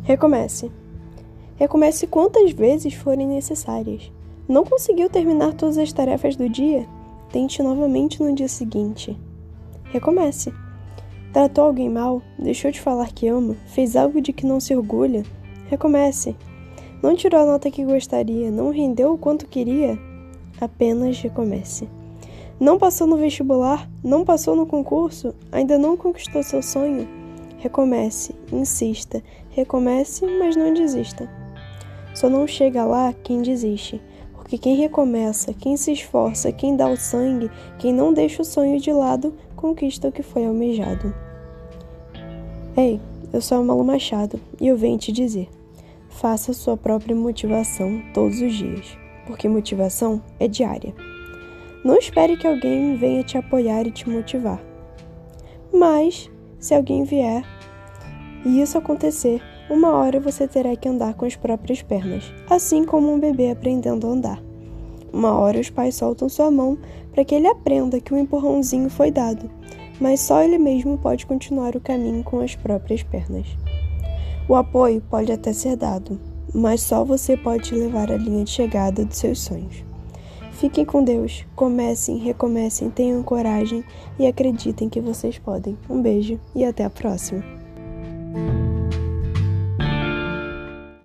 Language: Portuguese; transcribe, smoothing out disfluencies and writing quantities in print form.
Recomece. Recomece quantas vezes forem necessárias. Não conseguiu terminar todas as tarefas do dia? Tente novamente no dia seguinte. Recomece. Tratou alguém mal? Deixou de falar que ama? Fez algo de que não se orgulha? Recomece. Não tirou a nota que gostaria? Não rendeu o quanto queria? Apenas recomece. Não passou no vestibular? Não passou no concurso? Ainda não conquistou seu sonho? Recomece, insista. Recomece, mas não desista. Só não chega lá quem desiste. Porque quem recomeça, quem se esforça, quem dá o sangue, quem não deixa o sonho de lado, conquista o que foi almejado. Ei, eu sou a Malu Machado e eu venho te dizer: faça sua própria motivação todos os dias, porque motivação é diária. Não espere que alguém venha te apoiar e te motivar. Mas, se alguém vier e isso acontecer, uma hora você terá que andar com as próprias pernas, assim como um bebê aprendendo a andar. Uma hora os pais soltam sua mão para que ele aprenda que o empurrãozinho foi dado, mas só ele mesmo pode continuar o caminho com as próprias pernas. O apoio pode até ser dado, mas só você pode levar a linha de chegada dos seus sonhos. Fiquem com Deus, comecem, recomecem, tenham coragem e acreditem que vocês podem. Um beijo e até a próxima.